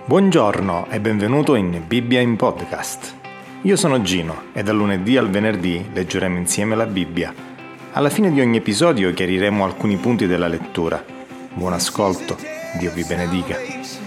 Buongiorno e benvenuto in Bibbia in Podcast. Io sono Gino e dal lunedì al venerdì leggeremo insieme la Bibbia. Alla fine di ogni episodio chiariremo alcuni punti della lettura. Buon ascolto, Dio vi benedica.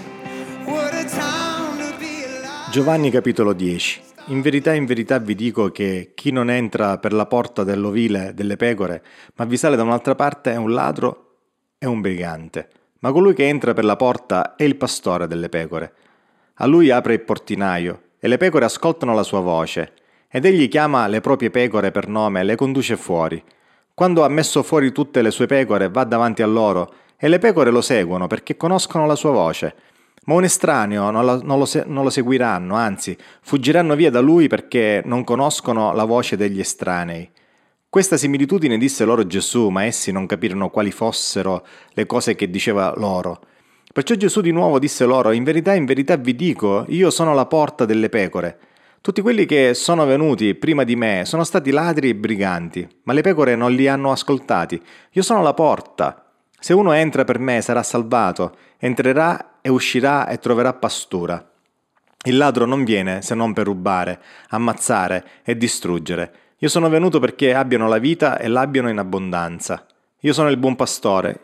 Giovanni capitolo 10. In verità vi dico che chi non entra per la porta dell'ovile delle pecore, ma vi sale da un'altra parte è un ladro e un brigante. Ma colui che entra per la porta è il pastore delle pecore. A lui apre il portinaio, e le pecore ascoltano la sua voce, ed egli chiama le proprie pecore per nome e le conduce fuori. Quando ha messo fuori tutte le sue pecore, va davanti a loro, e le pecore lo seguono perché conoscono la sua voce. Ma un estraneo non lo seguiranno, anzi, fuggiranno via da lui perché non conoscono la voce degli estranei. Questa similitudine disse loro Gesù, ma essi non capirono quali fossero le cose che diceva loro. Perciò Gesù di nuovo disse loro, in verità vi dico, io sono la porta delle pecore. Tutti quelli che sono venuti prima di me sono stati ladri e briganti, ma le pecore non li hanno ascoltati. Io sono la porta. Se uno entra per me sarà salvato, entrerà e uscirà e troverà pastura. Il ladro non viene se non per rubare, ammazzare e distruggere. Io sono venuto perché abbiano la vita e l'abbiano in abbondanza. Io sono il buon pastore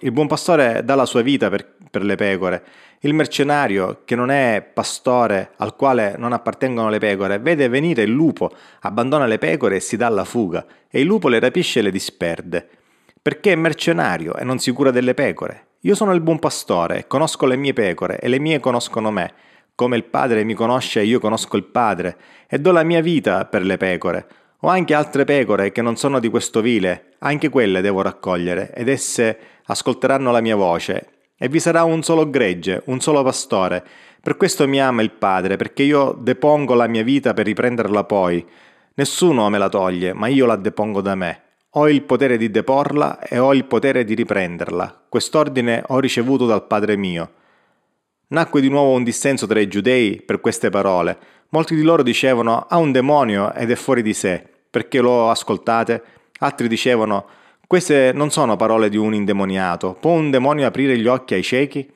dà la sua vita per le pecore. Il mercenario, che non è pastore, al quale non appartengono le pecore, vede venire il lupo, abbandona le pecore e si dà alla fuga, e il lupo le rapisce e le disperde. Perché è mercenario e non si cura delle pecore. Io sono il buon pastore e conosco le mie pecore e le mie conoscono me. Come il Padre mi conosce, io conosco il Padre, e do la mia vita per le pecore. Ho anche altre pecore che non sono di questo vile, anche quelle devo raccogliere, ed esse ascolteranno la mia voce. E vi sarà un solo gregge, un solo pastore. Per questo mi ama il Padre, perché io depongo la mia vita per riprenderla poi. Nessuno me la toglie, ma io la depongo da me. Ho il potere di deporla e ho il potere di riprenderla. Quest'ordine ho ricevuto dal Padre mio. Nacque di nuovo un dissenso tra i giudei per queste parole. Molti di loro dicevano, ha un demonio ed è fuori di sé. Perché lo ascoltate? Altri dicevano, queste non sono parole di un indemoniato. Può un demonio aprire gli occhi ai ciechi?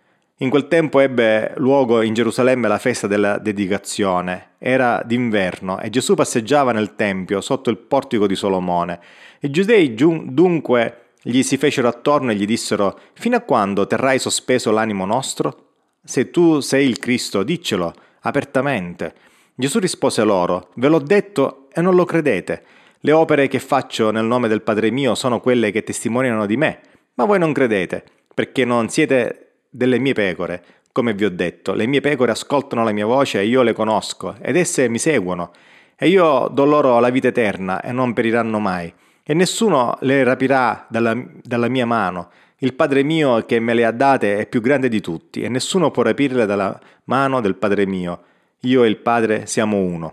In quel tempo ebbe luogo in Gerusalemme la festa della dedicazione. Era d'inverno e Gesù passeggiava nel Tempio sotto il portico di Solomone. I giudei dunque gli si fecero attorno e gli dissero, fino a quando terrai sospeso l'animo nostro? Se tu sei il Cristo, diccelo apertamente. Gesù rispose loro, ve l'ho detto e non lo credete. Le opere che faccio nel nome del Padre mio sono quelle che testimoniano di me, ma voi non credete, perché non siete delle mie pecore. Come vi ho detto, le mie pecore ascoltano la mia voce e io le conosco, ed esse mi seguono. E io do loro la vita eterna e non periranno mai, e nessuno le rapirà dalla mia mano. Il Padre mio che me le ha date è più grande di tutti, e nessuno può rapirle dalla mano del Padre mio. Io e il Padre siamo uno.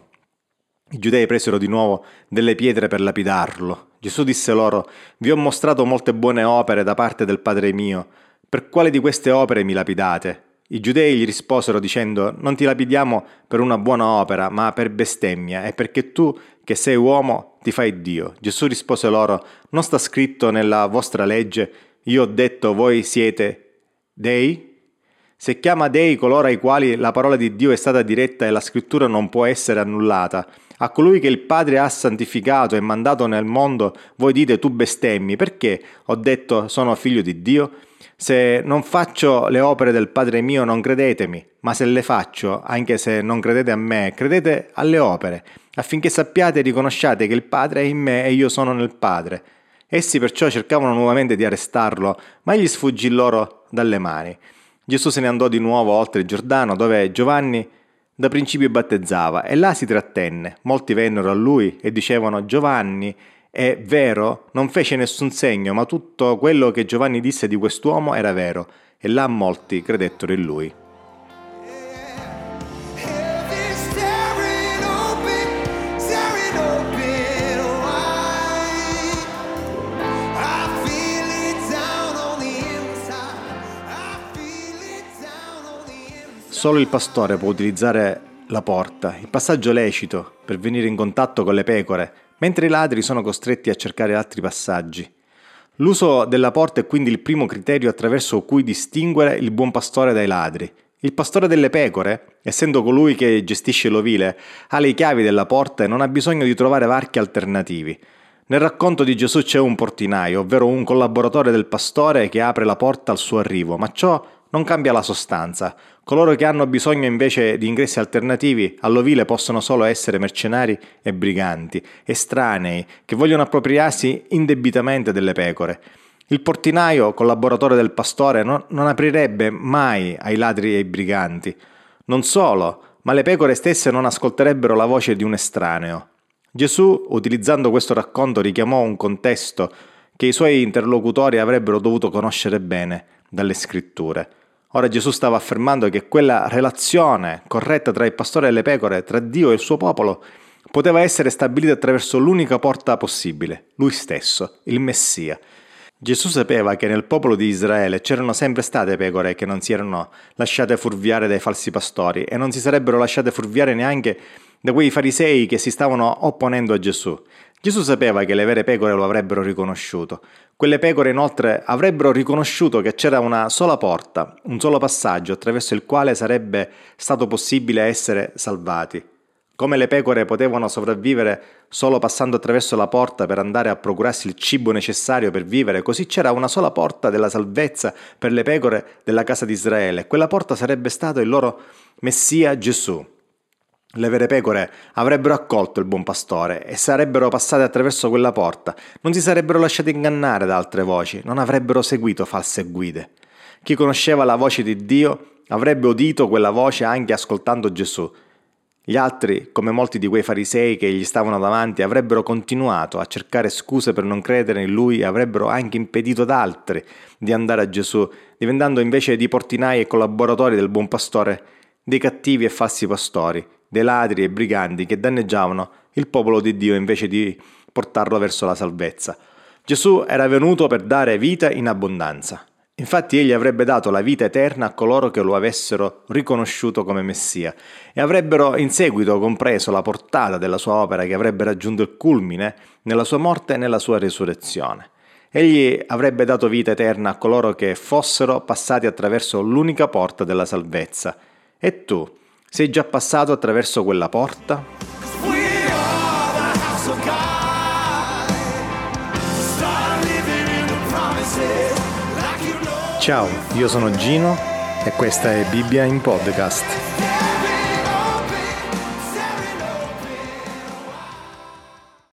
I giudei presero di nuovo delle pietre per lapidarlo. Gesù disse loro, vi ho mostrato molte buone opere da parte del Padre mio. Per quale di queste opere mi lapidate? I giudei gli risposero dicendo, non ti lapidiamo per una buona opera, ma per bestemmia, e perché tu, che sei uomo, ti fai Dio. Gesù rispose loro, non sta scritto nella vostra legge, io ho detto voi siete dei? Se chiama dei coloro ai quali la parola di Dio è stata diretta e la scrittura non può essere annullata, a colui che il Padre ha santificato e mandato nel mondo, voi dite tu bestemmi, perché ho detto sono figlio di Dio? Se non faccio le opere del Padre mio non credetemi, ma se le faccio, anche se non credete a me, credete alle opere, affinché sappiate e riconosciate che il Padre è in me e io sono nel Padre. Essi perciò cercavano nuovamente di arrestarlo, ma egli sfuggì loro dalle mani. Gesù se ne andò di nuovo oltre il Giordano, dove Giovanni da principio battezzava, e là si trattenne. Molti vennero a lui e dicevano, Giovanni è vero, non fece nessun segno, ma tutto quello che Giovanni disse di quest'uomo era vero, e là molti credettero in lui. Solo il pastore può utilizzare la porta, il passaggio lecito, per venire in contatto con le pecore, mentre i ladri sono costretti a cercare altri passaggi. L'uso della porta è quindi il primo criterio attraverso cui distinguere il buon pastore dai ladri. Il pastore delle pecore, essendo colui che gestisce l'ovile, ha le chiavi della porta e non ha bisogno di trovare varchi alternativi. Nel racconto di Gesù c'è un portinaio, ovvero un collaboratore del pastore che apre la porta al suo arrivo, ma ciò non cambia la sostanza. Coloro che hanno bisogno invece di ingressi alternativi all'ovile possono solo essere mercenari e briganti, estranei, che vogliono appropriarsi indebitamente delle pecore. Il portinaio, collaboratore del pastore, non aprirebbe mai ai ladri e ai briganti. Non solo, ma le pecore stesse non ascolterebbero la voce di un estraneo. Gesù, utilizzando questo racconto, richiamò un contesto che i suoi interlocutori avrebbero dovuto conoscere bene dalle scritture. Ora Gesù stava affermando che quella relazione corretta tra il pastore e le pecore, tra Dio e il suo popolo, poteva essere stabilita attraverso l'unica porta possibile, lui stesso, il Messia. Gesù sapeva che nel popolo di Israele c'erano sempre state pecore che non si erano lasciate furviare dai falsi pastori e non si sarebbero lasciate furviare neanche da quei farisei che si stavano opponendo a Gesù. Gesù sapeva che le vere pecore lo avrebbero riconosciuto. Quelle pecore inoltre avrebbero riconosciuto che c'era una sola porta, un solo passaggio attraverso il quale sarebbe stato possibile essere salvati. Come le pecore potevano sopravvivere solo passando attraverso la porta per andare a procurarsi il cibo necessario per vivere, così c'era una sola porta della salvezza per le pecore della casa di Israele. Quella porta sarebbe stato il loro Messia Gesù. Le vere pecore avrebbero accolto il buon pastore e sarebbero passate attraverso quella porta, non si sarebbero lasciate ingannare da altre voci, non avrebbero seguito false guide. Chi conosceva la voce di Dio avrebbe udito quella voce anche ascoltando Gesù. Gli altri, come molti di quei farisei che gli stavano davanti, avrebbero continuato a cercare scuse per non credere in lui e avrebbero anche impedito ad altri di andare a Gesù, diventando invece di portinai e collaboratori del buon pastore, dei cattivi e falsi pastori, dei ladri e briganti che danneggiavano il popolo di Dio invece di portarlo verso la salvezza. Gesù era venuto per dare vita in abbondanza. Infatti egli avrebbe dato la vita eterna a coloro che lo avessero riconosciuto come Messia e avrebbero in seguito compreso la portata della sua opera che avrebbe raggiunto il culmine nella sua morte e nella sua resurrezione. Egli avrebbe dato vita eterna a coloro che fossero passati attraverso l'unica porta della salvezza. E tu, sei già passato attraverso quella porta? Ciao, io sono Gino e questa è Bibbia in Podcast.